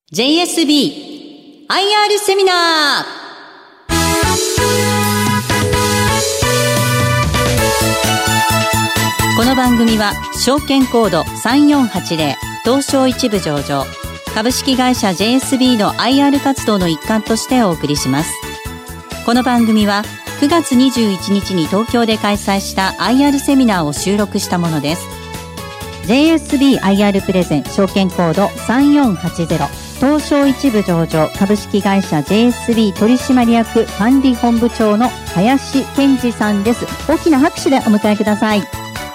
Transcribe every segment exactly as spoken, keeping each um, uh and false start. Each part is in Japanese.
ジェイエスビー アイアール セミナー。この番組は証券コードさんよんはちゼロ東証一部上場株式会社 ジェイエスビー の アイアール 活動の一環としてお送りします。この番組はくがつにじゅういちにちに東京で開催した アイアール セミナーを収録したものです。 ジェイエスビー アイアール プレゼン証券コードさんよんはちゼロ東証一部上場株式会社 ジェイエスビー 取締役管理本部長の林健二さんです。大きな拍手でお迎えください。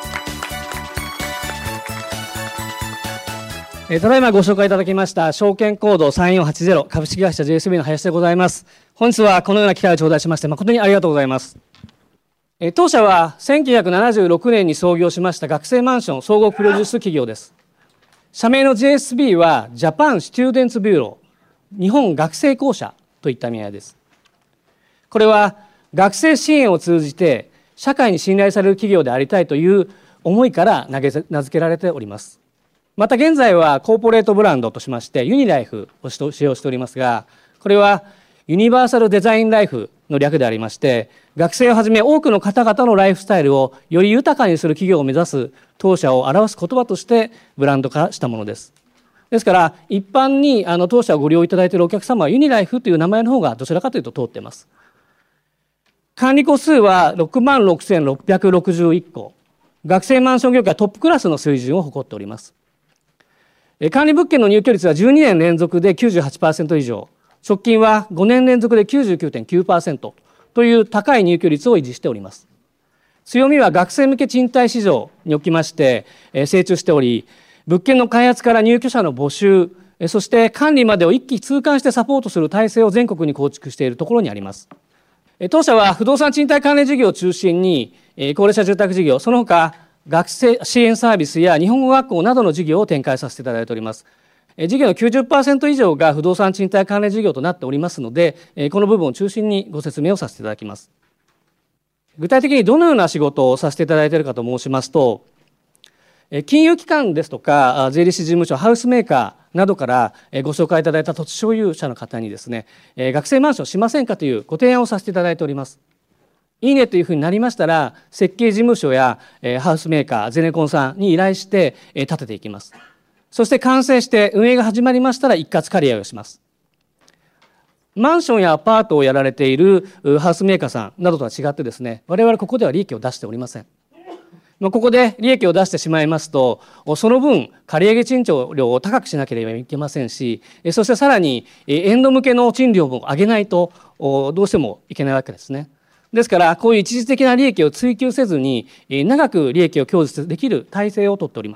えー、ただいまご紹介いただきました証券コードさんよんはちゼロ株式会社 ジェイエスビー の林でございます。本日はこのような機会を頂戴しまして誠にありがとうございます。えー、当社はせんきゅうひゃくななじゅうろくねんに創業しました学生マンション総合プロデュース企業です。社名の ジェイエスビー はジャパンスチューデンツビューロー、日本学生公社といった意味合いです。これは学生支援を通じて社会に信頼される企業でありたいという思いから名付けられております。また現在はコーポレートブランドとしましてユニライフを使用しておりますが、これはユニバーサルデザインライフの略でありまして、学生をはじめ多くの方々のライフスタイルをより豊かにする企業を目指す当社を表す言葉としてブランド化したものです。ですから一般にあの当社をご利用いただいているお客様はユニライフという名前の方がどちらかというと通っています。管理戸数はろくまんろくせんろっぴゃくろくじゅういっこ、学生マンション業界トップクラスの水準を誇っております。管理物件の入居率はじゅうにねん連続で きゅうじゅうはちパーセント 以上、直近はごねん連続で きゅうじゅうきゅうてんきゅうパーセント という高い入居率を維持しております。強みは学生向け賃貸市場におきまして成長しており、物件の開発から入居者の募集、そして管理までを一気通貫してサポートする体制を全国に構築しているところにあります。当社は不動産賃貸関連事業を中心に高齢者住宅事業、その他学生支援サービスや日本語学校などの事業を展開させていただいております。事業の きゅうじゅっパーセント 以上が不動産賃貸関連事業となっておりますので、この部分を中心にご説明をさせていただきます。具体的にどのような仕事をさせていただいているかと申しますと、金融機関ですとか税理士事務所、ハウスメーカーなどからご紹介いただいた土地所有者の方にですね、学生マンションしませんかというご提案をさせていただいております。いいねというふうになりましたら、設計事務所やハウスメーカー、ゼネコンさんに依頼して建てていきます。そして完成して運営が始まりましたら一括借り上げをします。マンションやアパートをやられているハウスメーカーさんなどとは違ってですね、我々ここでは利益を出しておりません。ここで利益を出してしまいますと、その分借り上げ賃料を高くしなければいけませんし、そしてさらにエンド向けの賃料も上げないとどうしてもいけないわけですね。ですからこういう一時的な利益を追求せずに長く利益を享受できる体制をとっております。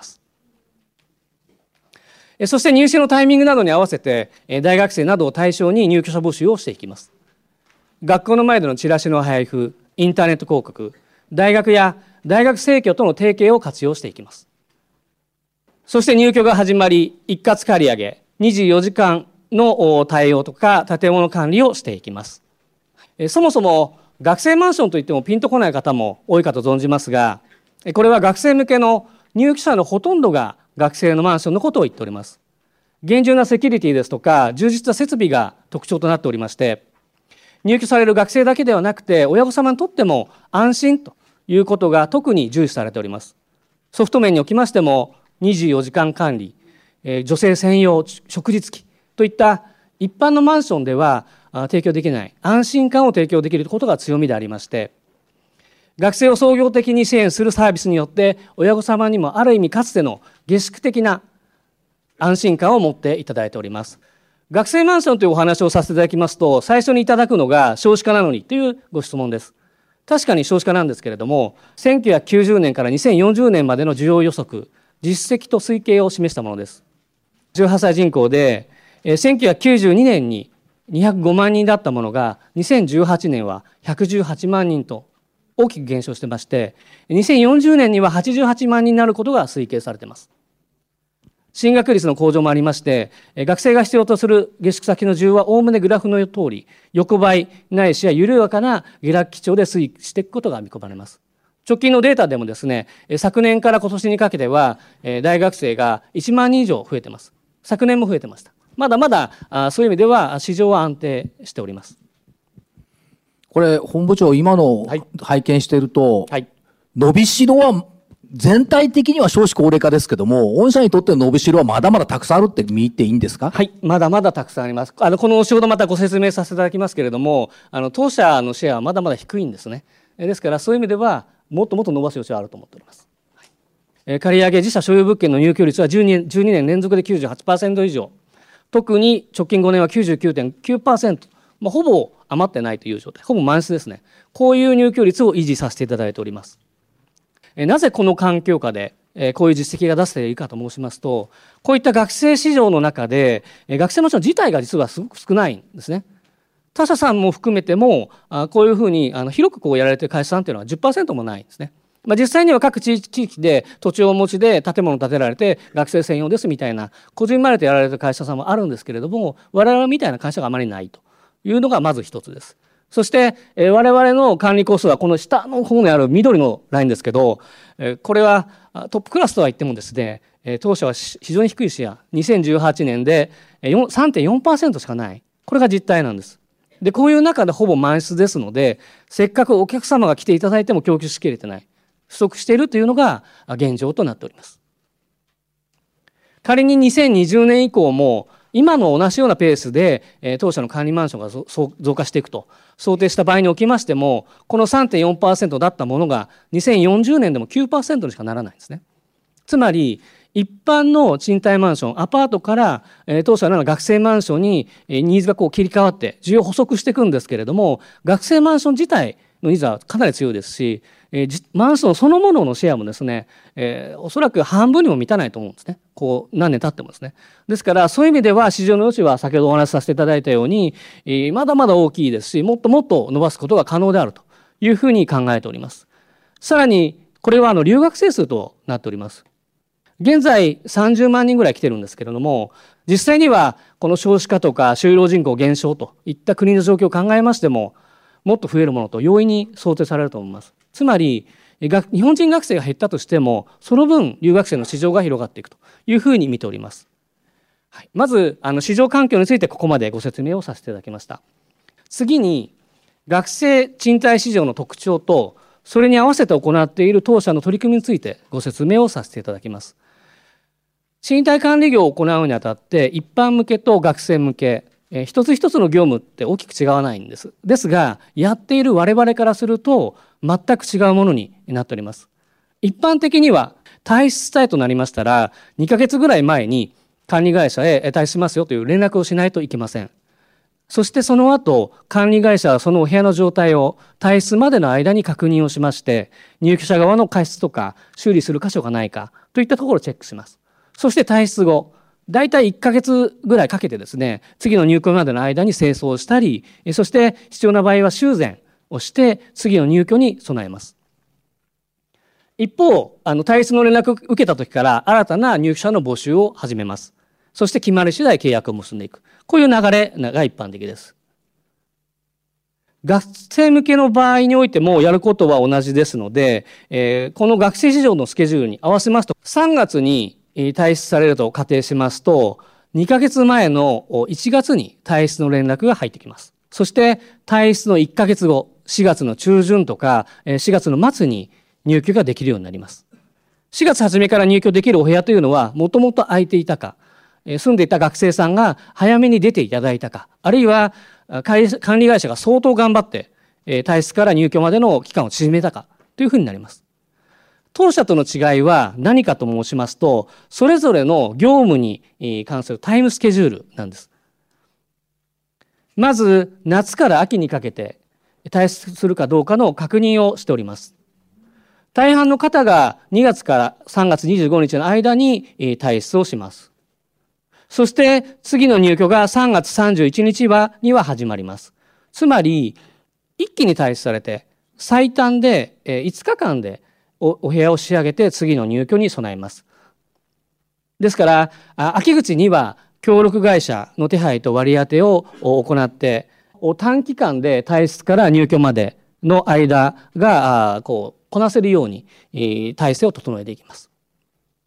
そして入試のタイミングなどに合わせて大学生などを対象に入居者募集をしていきます。学校の前でのチラシの配布、インターネット広告、大学や大学生協との提携を活用していきます。そして入居が始まり、一括借り上げ、にじゅうよじかんの対応とか建物管理をしていきます。そもそも学生マンションといってもピンとこない方も多いかと存じますが、これは学生向けの入居者のほとんどが学生のマンションのことを言っております。厳重なセキュリティですとか充実な設備が特徴となっておりまして、入居される学生だけではなくて親御様にとっても安心ということが特に重視されております。ソフト面におきましてもにじゅうよじかん管理、女性専用食事付きといった一般のマンションでは提供できない安心感を提供できることが強みでありまして、学生を創業的に支援するサービスによって親御様にもある意味かつての下宿的な安心感を持っていただいております。学生マンションというお話をさせていただきますと、最初にいただくのが少子化なのにというご質問です。確かに少子化なんですけれども、せんきゅうひゃくきゅうじゅうねんからにせんよんじゅうねんまでの需要予測、実績と推計を示したものです。じゅうはっさい人口でせんきゅうひゃくきゅうじゅうにねんににひゃくごまんにんだったものがにせんじゅうはちねんはひゃくじゅうはちまんにんと大きく減少してまして、にせんよんじゅうねんにははちじゅうはちまんにんになることが推計されています。進学率の向上もありまして、学生が必要とする下宿先の需要はおおむねグラフの通り横ばいないしは緩やかな下落基調で推移していくことが見込まれます。直近のデータでもですね、昨年から今年にかけては大学生がいちまんにん以上増えています。昨年も増えてました。 まだまだあそういう意味では市場は安定しております。 これ本部長、今の拝見していると、はい、伸びしろは全体的には少子高齢化ですけども、御社にとっての伸びしろはまだまだたくさんあるって見ていいんですか？ はい、まだまだたくさんあります。あのこの後ほどまたご説明させていただきますけれども、あの当社のシェアはまだまだ低いんですね。ですからそういう意味ではもっともっと伸ばす余地はあると思っております。はい、え借り上げ自社所有物件の入居率はじゅうに、じゅうにねん連続で きゅうじゅうはちパーセント 以上、特に直近ごねんは きゅうじゅうきゅうてんきゅうパーセント、まあ、ほぼ余ってないという状態、ほぼ満室ですね。こういう入居率を維持させていただいております。なぜこの環境下でこういう実績が出せているかと申しますと、こういった学生市場の中で学生マンション自体が実はすごく少ないんですね。他社さんも含めてもこういうふうに広くこうやられている会社さんというのは じゅっパーセント もないんですね。まあ、実際には各地域で土地をお持ちで建物建てられて学生専用ですみたいなこじんまりとやられている会社さんもあるんですけれども、我々みたいな会社があまりないというのがまず一つです。そして、えー、我々の管理コストはこの下の方にある緑のラインですけど、えー、これはトップクラスとは言ってもですね、えー、当社は非常に低いシェア、にせんじゅうはちねんで さんてんよんパーセント しかない。これが実態なんです。で、こういう中でほぼ満室ですので、せっかくお客様が来ていただいても供給しきれてない。不足しているというのが現状となっております。仮ににせんにじゅうねん以降も今の同じようなペースで当社の管理マンションが増加していくと想定した場合におきましても、この さんてんよんパーセント だったものがにせんよんじゅうねんでも きゅうパーセント にしかならないんですね。つまり一般の賃貸マンション、アパートから当社のような学生マンションにニーズがこう切り替わって需要補足していくんですけれども、学生マンション自体のニーズはかなり強いですし、マンションそのもののシェアもですね、えー、おそらく半分にも満たないと思うんですね。こう何年経ってもですね。ですからそういう意味では市場の余地は先ほどお話しさせていただいたように、えー、まだまだ大きいですし、もっともっと伸ばすことが可能であるというふうに考えております。さらにこれはあの留学生数となっております。現在さんじゅうまんにんぐらい来てるんですけれども、実際にはこの少子化とか就労人口減少といった国の状況を考えましても、もっと増えるものと容易に想定されると思います。つまり日本人学生が減ったとしても、その分留学生の市場が広がっていくというふうに見ております。はい、まずあの市場環境についてここまでご説明をさせていただきました。次に学生賃貸市場の特徴とそれに合わせて行っている当社の取り組みについてご説明をさせていただきます。賃貸管理業を行うにあたって一般向けと学生向け、えー、一つ一つの業務って大きく違わないんです。ですがやっている我々からすると全く違うものになっております。一般的には退出したいとなりましたらにかげつぐらい前に管理会社へ退出しますよという連絡をしないといけません。そしてその後管理会社はそのお部屋の状態を退出までの間に確認をしまして、入居者側の過失とか修理する箇所がないかといったところをチェックします。そして退出後だいたいいっかげつぐらいかけてですね、次の入居までの間に清掃したり、そして必要な場合は修繕をして次の入居に備えます。一方、あの退出の連絡を受けた時から新たな入居者の募集を始めます。そして決まり次第契約を結んでいく。こういう流れが一般的です。学生向けの場合においてもやることは同じですので、えー、この学生市場のスケジュールに合わせますと、さんがつに退出されると仮定しますと、にかげつまえのいちがつに退出の連絡が入ってきます。そして退出のいっかげつご、しがつの中旬とかしがつの末に入居ができるようになります。しがつ初めから入居できるお部屋というのはもともと空いていたか、住んでいた学生さんが早めに出ていただいたか、あるいは管理会社が相当頑張って退出から入居までの期間を縮めたかというふうになります。当社との違いは何かと申しますと、それぞれの業務に関するタイムスケジュールなんです。まず夏から秋にかけて退出するかどうかの確認をしております。大半の方がにがつからさんがつにじゅうごにちの間に退出をします。そして次の入居がさんがつさんじゅういちにちはには始まります。つまり一気に退出されて最短でいつかかんでお部屋を仕上げて次の入居に備えます。ですから秋口には協力会社の手配と割り当てを行って短期間で退出から入居までの間がこうこなせるように体制を整えていきます。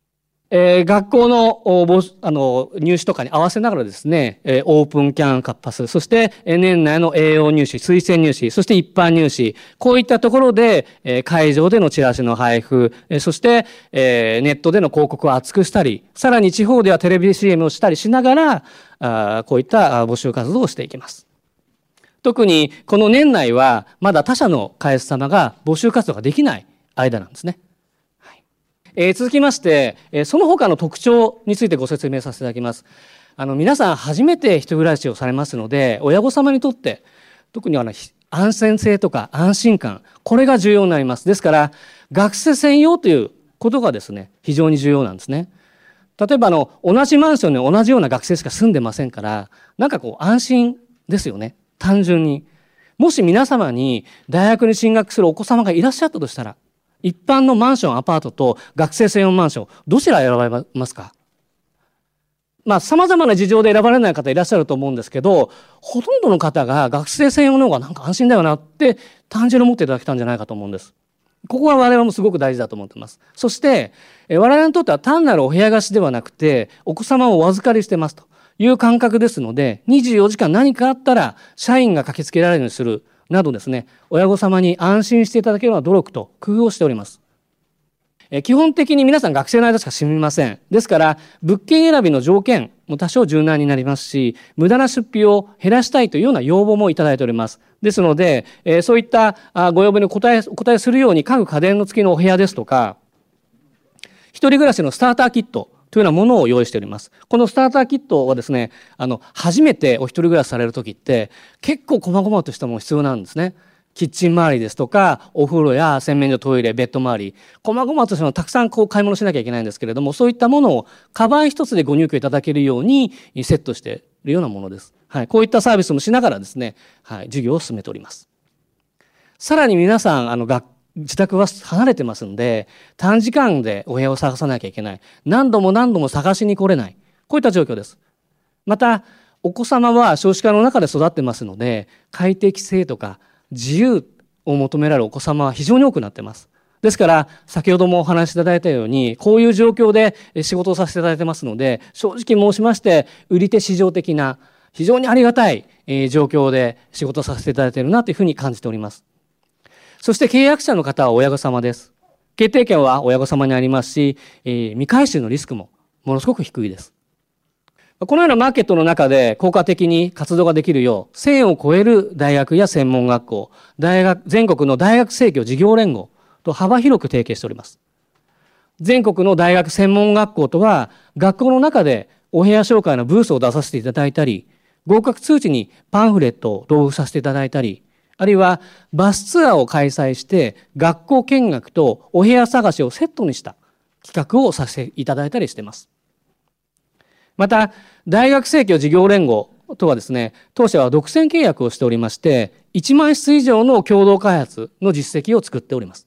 えー、学校のあの入試とかに合わせながらですね、えー、オープンキャンパス、そして年内の栄養入試、推薦入試、そして一般入試、こういったところで、えー、会場でのチラシの配布、えー、そして、えー、ネットでの広告を厚くしたり、さらに地方ではテレビ シーエム をしたりしながら、あこういった募集活動をしていきます。特にこの年内はまだ他社の開発様が募集活動ができない間なんですね。えー、続きまして、えー、その他の特徴についてご説明させていただきます。あの皆さん初めて一人暮らしをされますので、親御様にとって特にあの安全性とか安心感、これが重要になります。ですから学生専用ということがですね、非常に重要なんですね。例えばあの同じマンションに同じような学生しか住んでませんから、なんかこう安心ですよね。単純に。もし皆様に大学に進学するお子様がいらっしゃったとしたら、一般のマンション、アパートと学生専用マンション、どちら選ばれますか？まあ、様々な事情で選ばれない方いらっしゃると思うんですけど、ほとんどの方が学生専用の方がなんか安心だよなって単純に思っていただけたんじゃないかと思うんです。ここは我々もすごく大事だと思っています。そして、我々にとっては単なるお部屋貸しではなくて、お子様をお預かりしてますという感覚ですので、にじゅうよじかん何かあったら社員が駆けつけられるようにする。などですね、親御様に安心していただけるような努力と工夫をしております。え基本的に皆さん学生の間しか住みません。ですから、物件選びの条件も多少柔軟になりますし、無駄な出費を減らしたいというような要望もいただいております。ですので、えそういったご要望にお答え、お答えするように家具家電の付きのお部屋ですとか、一人暮らしのスターターキット、というようなものを用意しております。このスターターキットはですね、あの、初めてお一人暮らしされるときって、結構細々としたもの必要なんですね。キッチン周りですとか、お風呂や洗面所、トイレ、ベッド周り、細々としたのをたくさんこう買い物しなきゃいけないんですけれども、そういったものをカバン一つでご入居いただけるようにセットしているようなものです。はい。こういったサービスもしながらですね、はい、授業を進めております。さらに皆さん、あの、学自宅は離れてますんで、短時間でお部屋を探さなきゃいけない。何度も何度も探しに来れない。こういった状況です。また、お子様は少子化の中で育ってますので、快適性とか自由を求められるお子様は非常に多くなってます。ですから、先ほどもお話しいただいたように、こういう状況で仕事をさせていただいてますので、正直申しまして、売り手市場的な、非常にありがたい状況で仕事をさせていただいているなというふうに感じております。そして契約者の方は親御様です。決定権は親御様にありますし、えー、未回収のリスクもものすごく低いです。このようなマーケットの中で効果的に活動ができるよう、せんを超える大学や専門学校、大学、全国の大学生協事業連合と幅広く提携しております。全国の大学専門学校とは、学校の中でお部屋紹介のブースを出させていただいたり、合格通知にパンフレットを同封させていただいたり、あるいはバスツアーを開催して学校見学とお部屋探しをセットにした企画をさせていただいたりしています。また、大学生協事業連合とはですね、当社は独占契約をしておりまして、いちまん室以上の共同開発の実績を作っております。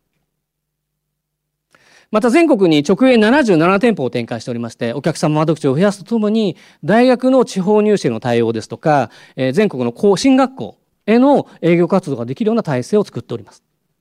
また全国に直営ななじゅうななてんぽを展開しておりまして、お客様窓口を増やすとともに、大学の地方入試の対応ですとか、全国の進学校への営業活動ができるような体制を作っております。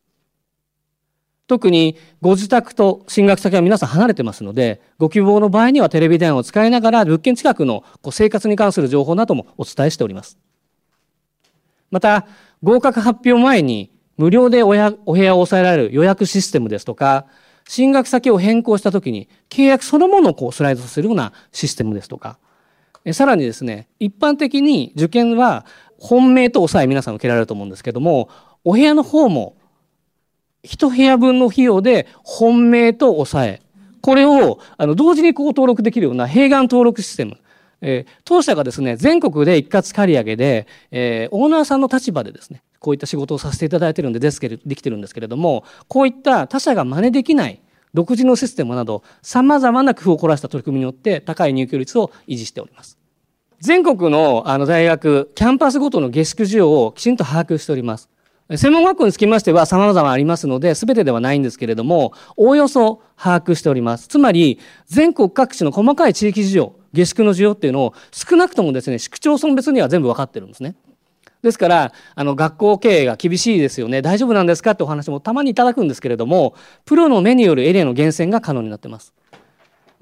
特にご自宅と進学先は皆さん離れてますので、ご希望の場合にはテレビ電話を使いながら物件近くの生活に関する情報などもお伝えしております。また、合格発表前に無料でお部屋を抑えられる予約システムですとか、進学先を変更したときに契約そのものをこうスライドさせるようなシステムですとか、さらにですね、一般的に受験は本命と抑え皆さん受けられると思うんですけども、お部屋の方も一部屋分の費用で本命と抑え、これをあの同時にこう登録できるような併願登録システム。えー、当社がですね、全国で一括借り上げで、えー、オーナーさんの立場でですね、こういった仕事をさせていただいているんでですけど、できてるんですけれども、こういった他社が真似できない独自のシステムなど、様々な工夫を凝らした取り組みによって高い入居率を維持しております。全国のあの大学、キャンパスごとの下宿需要をきちんと把握しております。専門学校につきましては様々ありますので、全てではないんですけれども、おおよそ把握しております。つまり、全国各地の細かい地域事情、下宿の需要っていうのを少なくともですね、市区町村別には全部分かってるんですね。ですから、あの、学校経営が厳しいですよね。大丈夫なんですかってお話もたまにいただくんですけれども、プロの目によるエリアの厳選が可能になっています。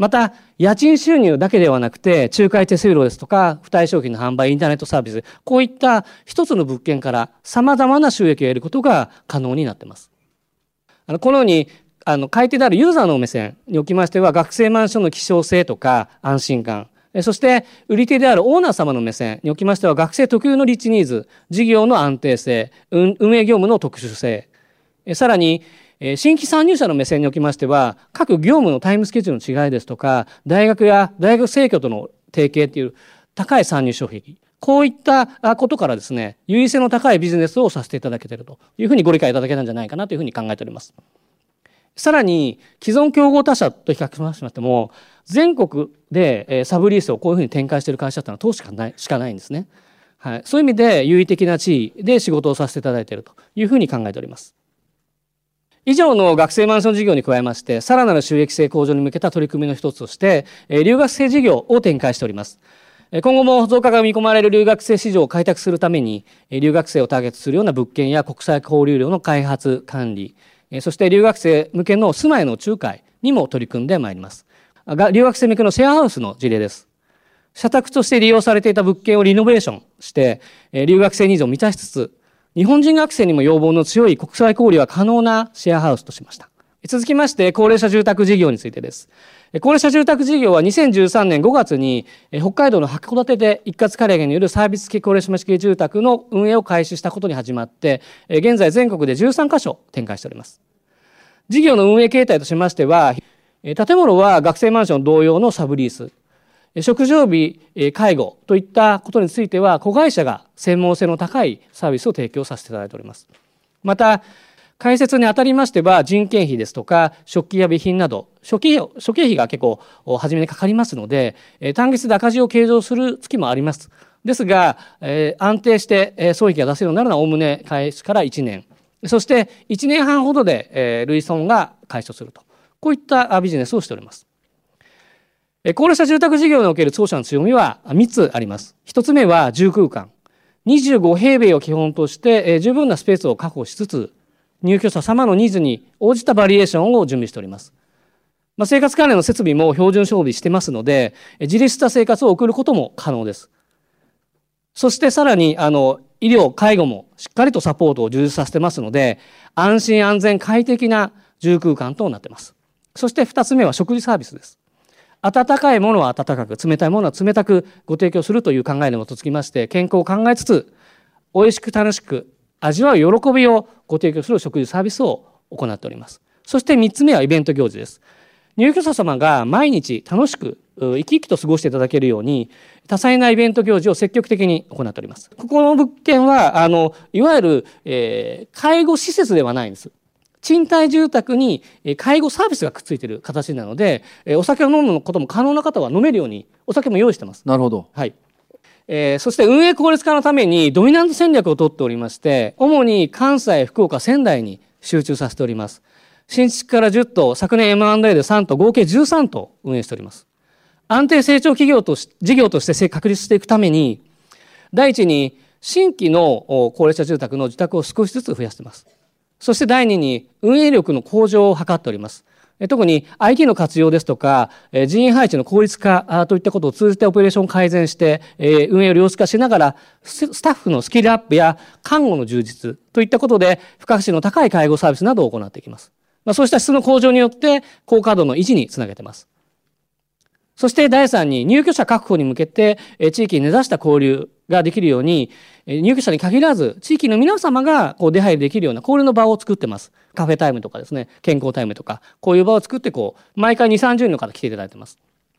また、家賃収入だけではなくて、仲介手数料ですとか、付帯商品の販売、インターネットサービス、こういった一つの物件から様々な収益を得ることが可能になっています。あのこのように、あの買い手であるユーザーの目線におきましては、学生マンションの希少性とか安心感、そして売り手であるオーナー様の目線におきましては、学生特有の立地ニーズ、事業の安定性、運営業務の特殊性、さらに新規参入者の目線におきましては、各業務のタイムスケジュールの違いですとか、大学や大学生協との提携という高い参入障壁、こういったことからですね、優位性の高いビジネスをさせていただけているというふうにご理解いただけたんじゃないかなというふうに考えております。さらに、既存競合他社と比較しましても、全国でサブリースをこういうふうに展開している会社というのは当しかない、しかないんですね。はい。そういう意味で優位的な地位で仕事をさせていただいているというふうに考えております。以上の学生マンション事業に加えまして、さらなる収益性向上に向けた取り組みの一つとして、留学生事業を展開しております。今後も増加が見込まれる留学生市場を開拓するために、留学生をターゲットするような物件や国際交流量の開発、管理、そして留学生向けの住まいの仲介にも取り組んでまいります。留学生向けのシェアハウスの事例です。社宅として利用されていた物件をリノベーションして、留学生ニーズを満たしつつ、日本人学生にも要望の強い国際交流が可能なシェアハウスとしました。続きまして、高齢者住宅事業についてです。高齢者住宅事業はにせんじゅうさんねんごがつに北海道の函館で一括借り上げによるサービス付き高齢者向け住宅の運営を開始したことに始まって、現在全国でじゅうさんかしょ展開しております。事業の運営形態としましては、建物は学生マンション同様のサブリース、食事備、介護といったことについては、子会社が専門性の高いサービスを提供させていただいております。また、開設にあたりましては、人件費ですとか、食器や備品など、諸経費が結構、初めにかかりますので、単月で赤字を計上する月もあります。ですが、安定して損益が出せるようになるのは、おおむね開始からいちねん。そして、いちねんはんほどで累損が解消すると。こういったビジネスをしております。高齢者住宅事業における当社の強みはみっつあります。ひとつめは住空間。にじゅうごへいべいを基本として十分なスペースを確保しつつ、入居者様のニーズに応じたバリエーションを準備しております。まあ、生活関連の設備も標準装備してますので、自立した生活を送ることも可能です。そしてさらに、あの、医療、介護もしっかりとサポートを充実させてますので、安心安全快適な住空間となっています。そして二つ目は食事サービスです。温かいものは温かく、冷たいものは冷たくご提供するという考えに基づきまして、健康を考えつつ、美味しく楽しく味わう喜びをご提供する食事サービスを行っております。そして三つ目はイベント行事です。入居者様が毎日楽しく生き生きと過ごしていただけるように、多彩なイベント行事を積極的に行っております。ここの物件は、あの、いわゆる、えー、介護施設ではないんです。賃貸住宅に介護サービスがくっついている形なので、お酒を飲むことも可能な方は飲めるように、お酒も用意してます。 なるほど。 はい。えー、そして運営効率化のためにドミナント戦略を取っておりまして、主に関西、福岡、仙台に集中させております。新築からじゅっとう、昨年 エムアンドエー でさんとう、合計じゅうさんとう運営しております。安定成長企業とし、事業として確立していくために、第一に新規の高齢者住宅の自宅を少しずつ増やしています。そして第二に運営力の向上を図っております。特に アイティー の活用ですとか、人員配置の効率化といったことを通じてオペレーションを改善して、運営を量子化しながら、スタッフのスキルアップや看護の充実といったことで、付加価値の高い介護サービスなどを行っていきます。そうした質の向上によって、高稼働の維持につなげています。そして第三に入居者確保に向けて地域に根ざした交流ができるように、入居者に限らず地域の皆様がこう出入りできるような交流の場を作ってます。カフェタイムとかですね、健康タイムとか、こういう場を作ってこう毎回に、さんじゅうにんの方来ていただいてます。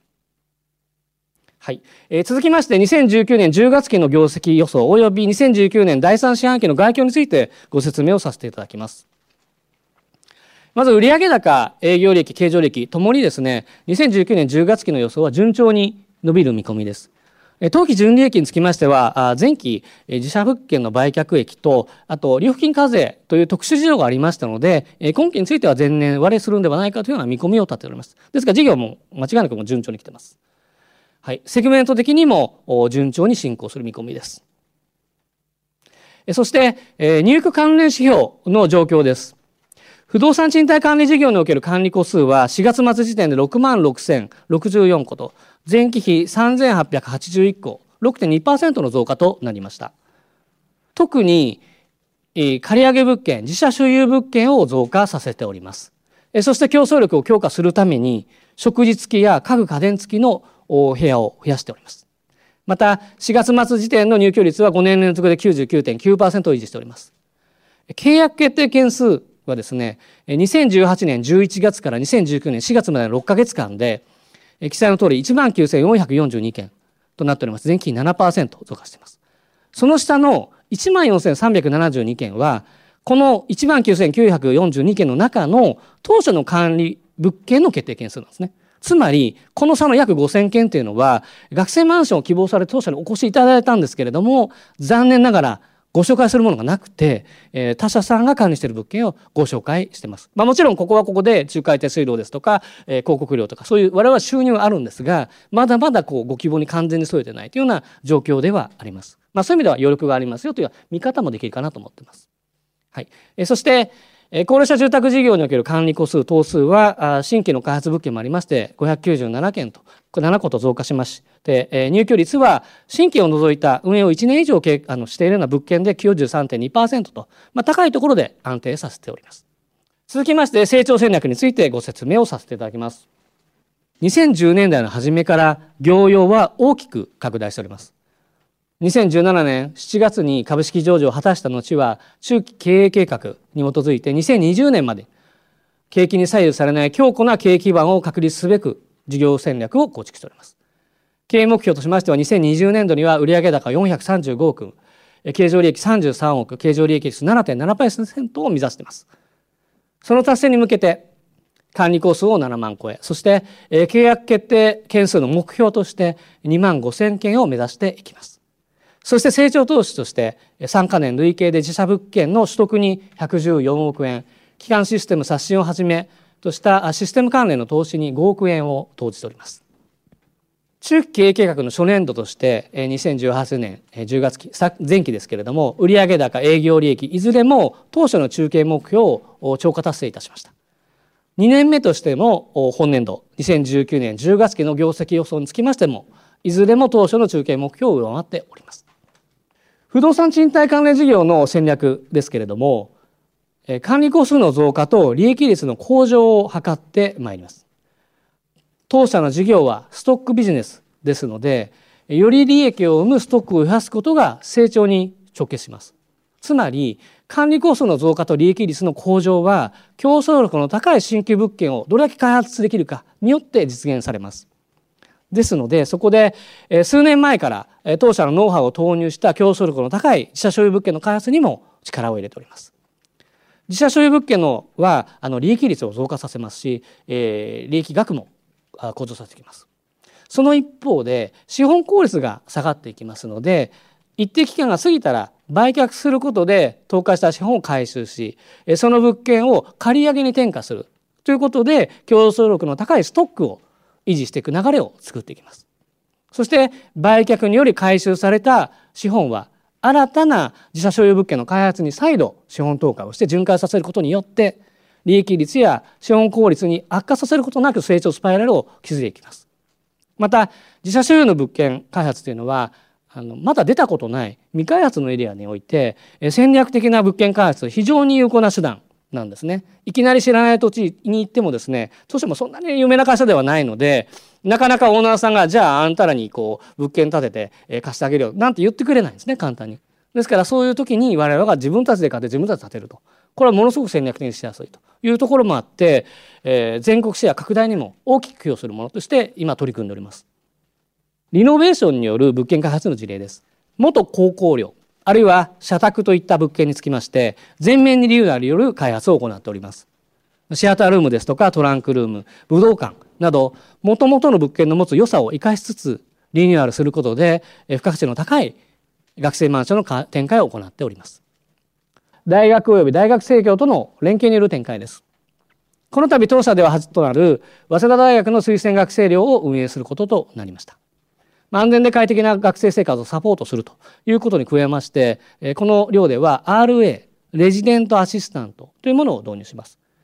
はい。えー、続きましてにせんじゅうきゅうねんじゅうがつきの業績予想及びにせんじゅうきゅうねんだいさん四半期の概況についてご説明をさせていただきます。まず売上高、営業利益、経常利益ともにですね、にせんじゅうきゅうねんじゅうがつきの予想は順調に伸びる見込みです。当期純利益につきましては、前期自社物件の売却益と、あと利付金課税という特殊事情がありましたので、今期については前年割れするんではないかというような見込みを立てております。ですが事業も間違いなくも順調に来ています。はい。セグメント的にも順調に進行する見込みです。そして、入居関連指標の状況です。 不動産賃貸管理事業における管理戸数はしがつ末時点でろくまんろくせんろくじゅうよんこと前期比さんぜんはっぴゃくはちじゅういっこ ろくてんにパーセント の増加となりました。特に借り上げ物件、自社所有物件を増加させております。そして競争力を強化するために食事付きや家具家電付きの部屋を増やしております。またしがつ末時点の入居率はごねん連続で きゅうじゅうきゅうてんきゅうパーセント を維持しております。契約決定件数はですね、にせんじゅうはちねんじゅういちがつからにせんじゅうきゅうねんしがつまでのろっかげつかんで、記載の通り いちまんきゅうせんよんひゃくよんじゅうにけんとなっております。前期比 ななパーセント 増加しています。その下の いちまんよんせんさんびゃくななじゅうにけんは、この いちまんきゅうせんきゅうひゃくよんじゅうにけんの中の当初の管理物件の決定件数なんですね。つまり、この差の約ごせんけんというのは、学生マンションを希望され当社にお越しいただいたんですけれども、残念ながらご紹介するものがなくて、えー、他社さんが管理している物件をご紹介しています。まあもちろんここはここで仲介手数料ですとか、えー、広告料とかそういう我々は収入はあるんですが、まだまだこうご希望に完全に添えてないというような状況ではあります。まあそういう意味では余力がありますよという見方もできるかなと思っています。はい。えー、そして、高齢者住宅事業における管理戸数、棟数は新規の開発物件もありましてごひゃくきゅうじゅうななけんとななこと増加しまして、入居率は新規を除いた運営をいちねん以上あのしているような物件で きゅうじゅうさんてんにパーセント と、まあ、高いところで安定させております。続きまして成長戦略についてご説明をさせていただきます。にせんじゅうねんだいの初めから業用は大きく拡大しております。にせんじゅうななねんしちがつに株式上場を果たした後は中期経営計画に基づいてにせんにじゅうねんまで景気に左右されない強固な経営基盤を確立すべく事業戦略を構築しております。経営目標としましてはにせんにじゅうねんどには売上高よんひゃくさんじゅうごおく、経常利益さんじゅうさんおく、経常利益率 ななてんななパーセント を目指しています。その達成に向けて管理戸数をななまんこえ、そして契約決定件数の目標としてにまんごせんけんを目指していきます。そして成長投資としてさんかねん累計で自社物件の取得にひゃくじゅうよんおくえん、基幹システム刷新をはじめとしたシステム関連の投資にごおくえんを投じております。中期経営計画の初年度としてにせんじゅうはちねんじゅうがつき前期ですけれども、売上高、営業利益いずれも当初の中計目標を超過達成いたしました。にねんめとしても本年度にせんじゅうきゅうねんじゅうがつきの業績予想につきましてもいずれも当初の中計目標を上回っております。不動産賃貸関連事業の戦略ですけれども、管理戸数の増加と利益率の向上を図ってまいります。当社の事業はストックビジネスですので、より利益を生むストックを増やすことが成長に直結します。つまり、管理コストの増加と利益率の向上は、競争力の高い新規物件をどれだけ開発できるかによって実現されます。ですので、そこで数年前から当社のノウハウを投入した競争力の高い自社所有物件の開発にも力を入れております。自社所有物件のはあの利益率を増加させますし、えー、利益額も向上させていきます。その一方で資本効率が下がっていきますので、一定期間が過ぎたら売却することで倒壊した資本を回収し、その物件を借り上げに転嫁するということで競争力の高いストックを維持していく流れを作っていきます。そして売却により回収された資本は新たな自社所有物件の開発に再度資本投下をして循環させることによって利益率や資本効率に悪化させることなく成長スパイラルを築いていきます。また自社所有の物件開発というのはあのまだ出たことない未開発のエリアにおいて戦略的な物件開発非常に有効な手段なんですね。いきなり知らない土地に行ってもですね、どうしてもそんなに有名な会社ではないので、なかなかオーナーさんがじゃああんたらにこう物件建てて貸してあげるよなんて言ってくれないんですね、簡単に。ですからそういう時に我々が自分たちで買って自分たちで建てると、これはものすごく戦略的にしやすいというところもあって、えー、全国シェア拡大にも大きく寄与するものとして今取り組んでおります。リノベーションによる物件開発の事例です。元高校寮あるいは社宅といった物件につきまして全面にリニューアルによる開発を行っております。シアタールームですとかトランクルーム、武道館など元々の物件の持つ良さを生かしつつリニューアルすることで付加価値の高い学生マンションの展開を行っております。大学及び大学生協との連携による展開です。この度当社では初となる早稲田大学の推薦学生寮を運営することとなりました。安全で快適な学生生活をサポートするということに加えまして、この寮では アールエー、レジデントアシスタントというものを導入します。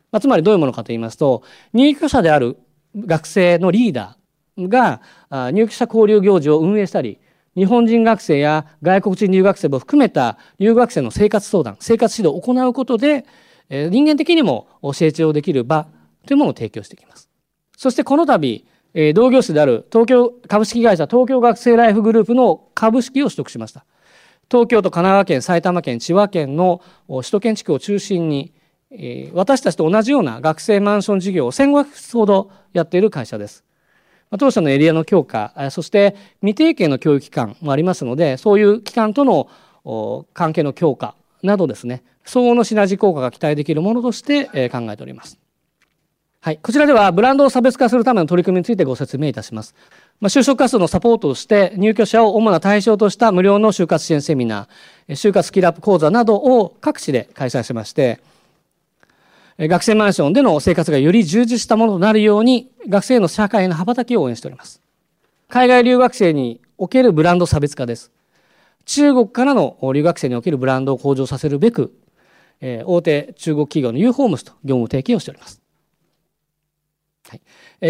まあ、つまりどういうものかと言いますと、入居者である学生のリーダーが入居者交流行事を運営したり、日本人学生や外国人留学生も含めた留学生の生活相談、生活指導を行うことで、人間的にも成長できる場というものを提供していきます。そしてこの度、同業種である東京株式会社東京学生ライフグループの株式を取得しました。東京都、神奈川県、埼玉県、千葉県の首都圏地区を中心に、私たちと同じような学生マンション事業をせんごひゃく室ほどやっている会社です。当社のエリアの強化、そして未定型の教育機関もありますので、そういう機関との関係の強化などですね、相応のシナジー効果が期待できるものとして考えております。はい、こちらではブランドを差別化するための取り組みについてご説明いたします。まあ、就職活動のサポートをして入居者を主な対象とした無料の就活支援セミナー、就活スキルアップ講座などを各地で開催しまして、学生マンションでの生活がより充実したものとなるように学生の社会の羽ばたきを応援しております。海外留学生におけるブランド差別化です。中国からの留学生におけるブランドを向上させるべく、大手中国企業の ユーホームズと業務提携をしております。はい、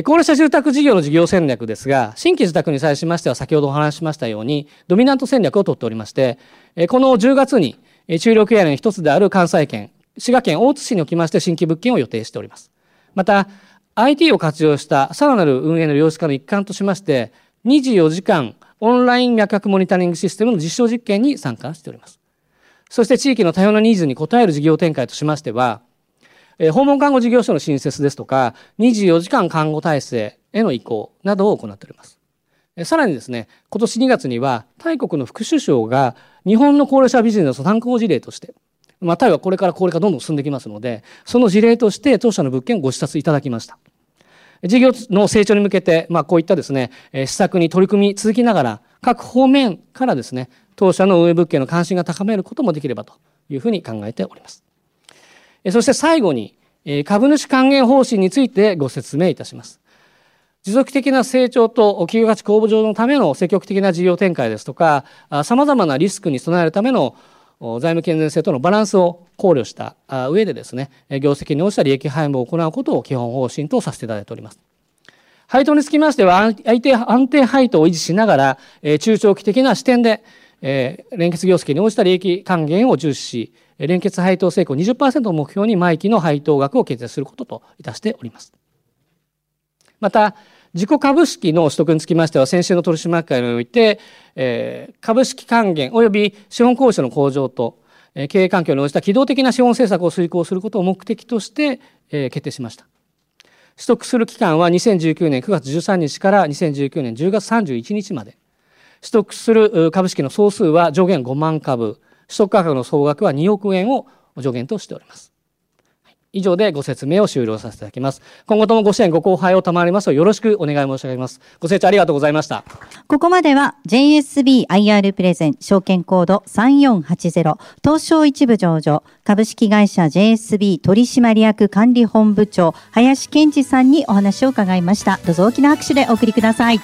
高齢者住宅事業の事業戦略ですが、新規自宅に際しましては先ほどお話ししましたようにドミナント戦略を取っておりまして、このじゅうがつに注力エリアの一つである関西圏、滋賀県大津市におきまして新規物件を予定しております。また アイティー を活用したさらなる運営の量子化の一環としまして、にじゅうよじかんオンライン脈拍モニタリングシステムの実証実験に参加しております。そして地域の多様なニーズに応える事業展開としましては、訪問看護事業所の新設ですとか、にじゅうよじかん看護体制への移行などを行っております。さらにですね、今年にがつにはタイ国の副首相が日本の高齢者ビジネスの参考事例として、まあ、タイはこれから高齢化どんどん進んできますので、その事例として当社の物件をご視察いただきました。事業の成長に向けて、まあ、こういったですね、施策に取り組み続きながら、各方面からですね、当社の運営物件の関心が高めることもできればというふうに考えております。そして最後に、株主還元方針についてご説明いたします。持続的な成長と企業価値向上のための積極的な事業展開ですとか、さまざまなリスクに備えるための財務健全性とのバランスを考慮した上でですね、業績に応じた利益配分を行うことを基本方針とさせていただいております。配当につきましては、安定、安定配当を維持しながら、中長期的な視点で、連結業績に応じた利益還元を重視し、連結配当成功 にじゅっパーセント を目標に毎期の配当額を決定することといたしております。また、自己株式の取得につきましては、先週の取締役会において、えー、株式還元及び資本効率の向上と、えー、経営環境に応じた機動的な資本政策を遂行することを目的として、えー、決定しました。取得する期間はにせんじゅうきゅうねんくがつじゅうさんにちからにせんじゅうきゅうねんじゅうがつさんじゅういちにちまで。取得する株式の総数は上限ごまんかぶ、取得価格の総額はにおくえんを上限としております。以上でご説明を終了させていただきます。今後ともご支援ご交配を賜りますようよろしくお願い申し上げます。ご清聴ありがとうございました。 ここまでは ジェイエスビーアイアール プレゼン証券コードさんよんはちゼロ東証一部上場株式会社 ジェイエスビー 取締役管理本部長林健二さんにお話を伺いました。どうぞ大きな拍手でお送りください。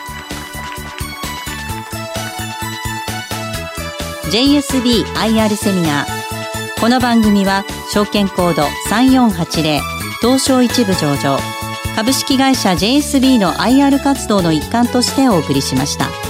ジェイエスビーアイアール セミナー。この番組は証券コードさんよんはちゼロ東証一部上場株式会社 ジェイエスビー の アイアール 活動の一環としてお送りしました。